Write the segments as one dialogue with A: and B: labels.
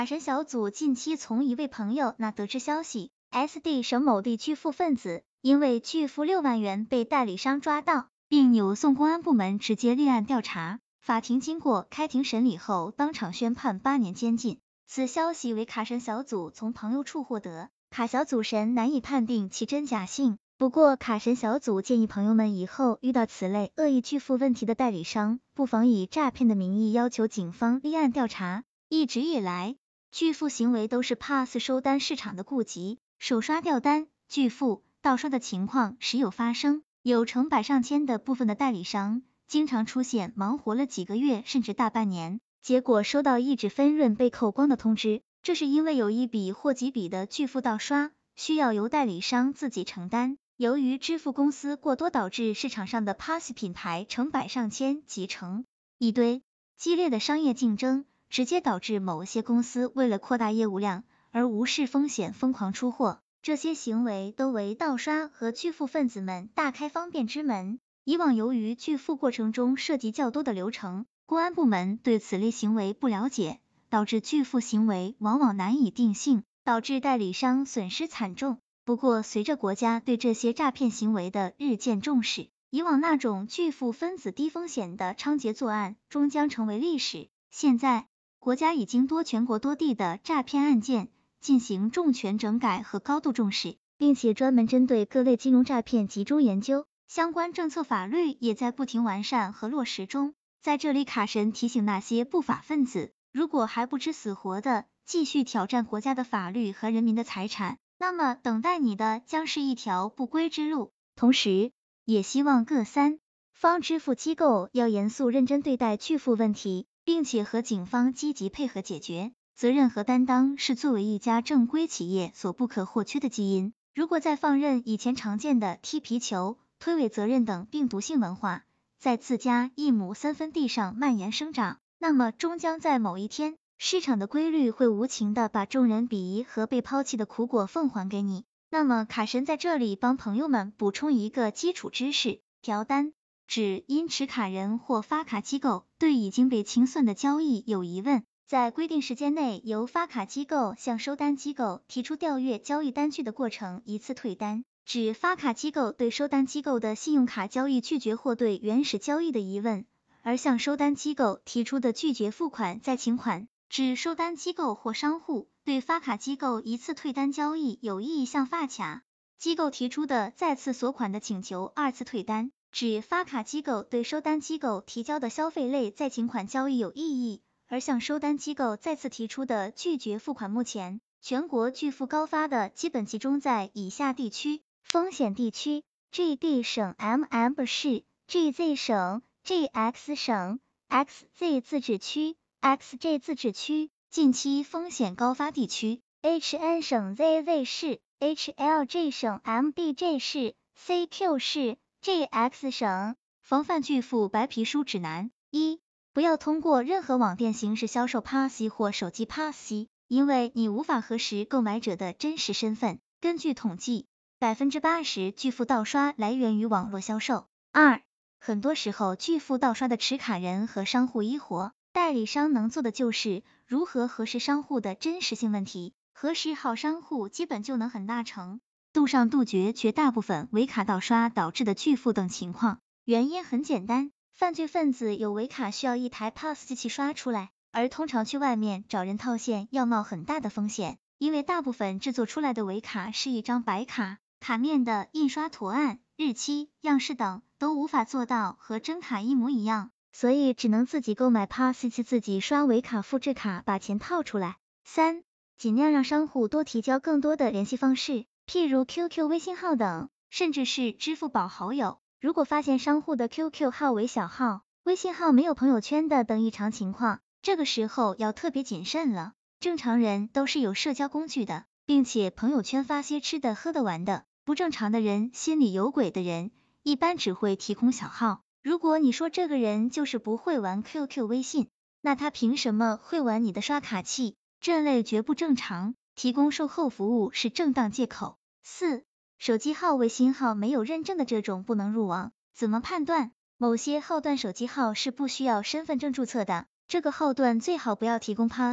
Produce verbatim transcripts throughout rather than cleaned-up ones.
A: 卡神小组近期从一位朋友那得知消息 ，S D 省某地巨富分子因为巨富六万元被代理商抓到，并扭送公安部门直接立案调查。法庭经过开庭审理后，当场宣判八年监禁。此消息为卡神小组从朋友处获得，卡小组神难以判定其真假性。不过，卡神小组建议朋友们以后遇到此类恶意巨富问题的代理商，不妨以诈骗的名义要求警方立案调查。一直以来，巨富行为都是 P A S 收单市场的痼疾，手刷掉单、巨富、盗刷的情况时有发生，有成百上千的部分的代理商，经常出现忙活了几个月甚至大半年，结果收到一纸分润被扣光的通知，这是因为有一笔或几笔的巨富盗刷，需要由代理商自己承担。由于支付公司过多，导致市场上的 P A S 品牌成百上千集成一堆，激烈的商业竞争直接导致某些公司为了扩大业务量而无视风险疯狂出货，这些行为都为盗刷和巨富分子们大开方便之门。以往由于巨富过程中涉及较多的流程，公安部门对此类行为不了解，导致巨富行为往往难以定性，导致代理商损失惨重。不过，随着国家对这些诈骗行为的日渐重视，以往那种巨富分子低风险的猖獗作案终将成为历史。现在，国家已经多全国多地的诈骗案件进行重拳整改和高度重视，并且专门针对各类金融诈骗集中研究，相关政策法律也在不停完善和落实中。在这里，卡神提醒那些不法分子，如果还不知死活的继续挑战国家的法律和人民的财产，那么等待你的将是一条不归之路。同时，也希望各三方支付机构要严肃认真对待巨富问题，并且和警方积极配合解决。责任和担当是作为一家正规企业所不可或缺的基因。如果再放任以前常见的踢皮球、推诿责任等病毒性文化在自家一亩三分地上蔓延生长，那么终将在某一天，市场的规律会无情的把众人鄙夷和被抛弃的苦果奉还给你。那么卡神在这里帮朋友们补充一个基础知识，调单指因持卡人或发卡机构对已经被清算的交易有疑问，在规定时间内由发卡机构向收单机构提出调阅交易单据的过程，一次退单，指发卡机构对收单机构的信用卡交易拒绝或对原始交易的疑问，而向收单机构提出的拒绝付款再请款，指收单机构或商户对发卡机构一次退单交易有异议，向发卡机构提出的再次索款的请求二次退单，指发卡机构对收单机构提交的消费类再请款交易有异议，而向收单机构再次提出的拒绝付款。目前全国巨富高发的基本集中在以下地区：风险地区 G D 省 M M 市 G Z 省 G X 省 X Z 自治区 X J 自治区。近期风险高发地区 H N 省 Z Z 市 H L G 省 M D J 市 C Q 市 G X 省。防范巨富白皮书指南：一、不要通过任何网店形式销售 P A S 或手机 P A S， 因为你无法核实购买者的真实身份。根据统计， 百分之八十 巨富盗刷来源于网络销售。二、很多时候巨富盗刷的持卡人和商户一伙，代理商能做的就是如何核实商户的真实性问题，核实好商户基本就能很大程度上杜绝绝大部分伪卡盗刷导致的巨富等情况。原因很简单，犯罪分子有伪卡需要一台 P A S 机器刷出来，而通常去外面找人套现要冒很大的风险，因为大部分制作出来的伪卡是一张白卡，卡面的印刷图案、日期、样式等都无法做到和真卡一模一样，所以只能自己购买 P A S 机，自己刷伪卡复制卡把钱套出来。三、尽量让商户多提交更多的联系方式，譬如 Q Q、微信号等，甚至是支付宝好友。如果发现商户的 Q Q 号为小号，微信号没有朋友圈的等异常情况，这个时候要特别谨慎了。正常人都是有社交工具的，并且朋友圈发些吃的喝的玩的，不正常的人，心里有鬼的人一般只会提供小号。如果你说这个人就是不会玩 Q Q 微信，那他凭什么会玩你的刷卡器？这类绝不正常，提供售后服务是正当借口。四、手机号、微信号没有认证的这种不能入网。怎么判断？某些号段手机号是不需要身份证注册的，这个号段最好不要提供 P A S。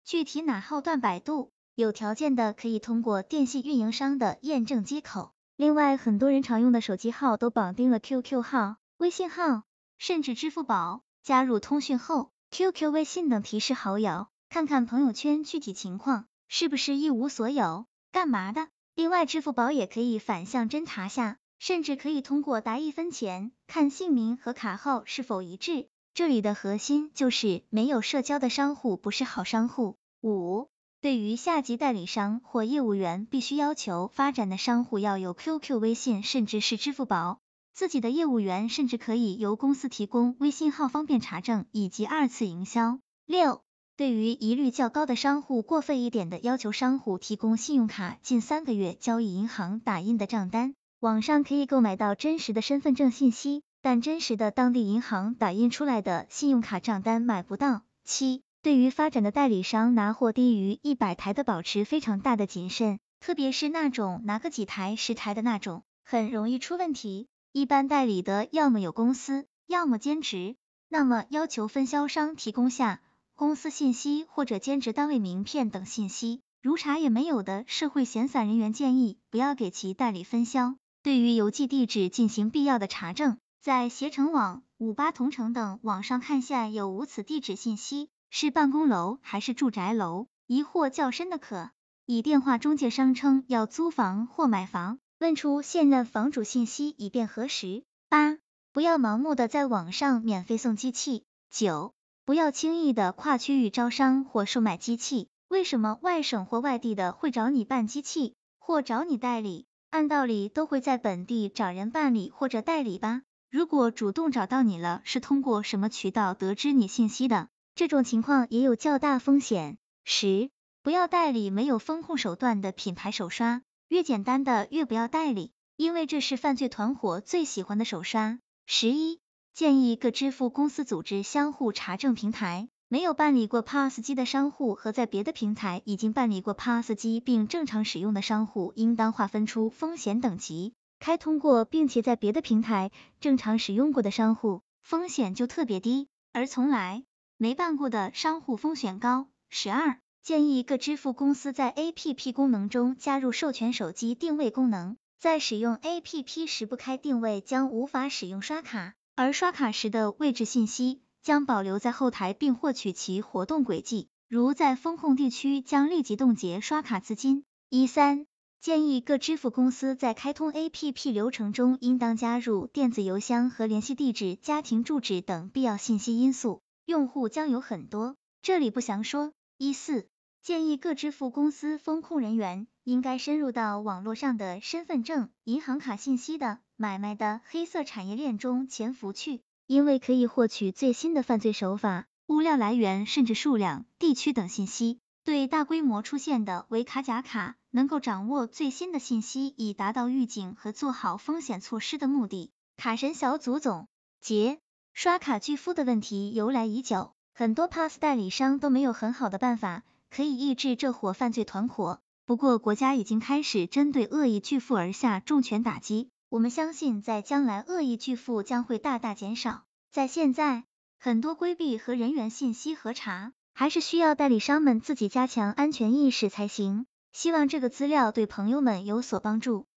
A: 具体哪号断百度，有条件的可以通过电信运营商的验证接口。另外，很多人常用的手机号都绑定了 Q Q 号、微信号，甚至支付宝。加入通讯后 ，Q Q、微信等提示好友，看看朋友圈具体情况是不是一无所有，干嘛的。另外，支付宝也可以反向侦查下，甚至可以通过答一分钱看姓名和卡号是否一致。这里的核心就是没有社交的商户不是好商户。五、对于下级代理商或业务员，必须要求发展的商户要有 Q Q、微信，甚至是支付宝。自己的业务员甚至可以由公司提供微信号方便查证以及二次营销。六、对于疑虑较高的商户，过分一点的要求商户提供信用卡近三个月交易银行打印的账单。网上可以购买到真实的身份证信息，但真实的当地银行打印出来的信用卡账单买不到。七、对于发展的代理商拿货低于一百台的保持非常大的谨慎，特别是那种拿个几台十台的那种，很容易出问题。一般代理的要么有公司，要么兼职，那么要求分销商提供下公司信息或者兼职单位名片等信息，如查也没有的社会闲散人员建议不要给其代理分销。对于邮寄地址进行必要的查证，在携程网、五八同城等网上看下有无此地址信息，是办公楼还是住宅楼，疑惑较深的可以电话中介商称要租房或买房，问出现任房主信息以便核实。八、不要盲目的在网上免费送机器。九、不要轻易的跨区域招商或售卖机器。为什么外省或外地的会找你办机器，或找你代理？按道理都会在本地找人办理或者代理吧？如果主动找到你了，是通过什么渠道得知你信息的？这种情况也有较大风险。十、不要代理没有风控手段的品牌手刷，越简单的越不要代理，因为这是犯罪团伙最喜欢的手刷。十一、建议各支付公司组织相互查证平台，没有办理过 P O S 机的商户和在别的平台已经办理过 P O S 机并正常使用的商户，应当划分出风险等级。开通过并且在别的平台正常使用过的商户，风险就特别低，而从来没办过的商户风险高。十二、建议各支付公司在 A P P 功能中加入授权手机定位功能，在使用 A P P 时不开定位将无法使用刷卡，而刷卡时的位置信息将保留在后台并获取其活动轨迹，如在风控地区将立即冻结刷卡资金。一三、建议各支付公司在开通 A P P 流程中应当加入电子邮箱和联系地址、家庭住址等必要信息因素，用户将有很多，这里不详说。一四、建议各支付公司风控人员应该深入到网络上的身份证、银行卡信息的买卖的黑色产业链中潜伏去，因为可以获取最新的犯罪手法、物料来源甚至数量、地区等信息。对大规模出现的伪卡假卡，能够掌握最新的信息，以达到预警和做好风险措施的目的。卡神小组总结，刷卡拒付的问题由来已久，很多 P O S 代理商都没有很好的办法可以抑制这伙犯罪团伙。不过国家已经开始针对恶意拒付而下重拳打击，我们相信在将来恶意拒付将会大大减少。在现在，很多规避和人员信息核查，还是需要代理商们自己加强安全意识才行。希望这个资料对朋友们有所帮助。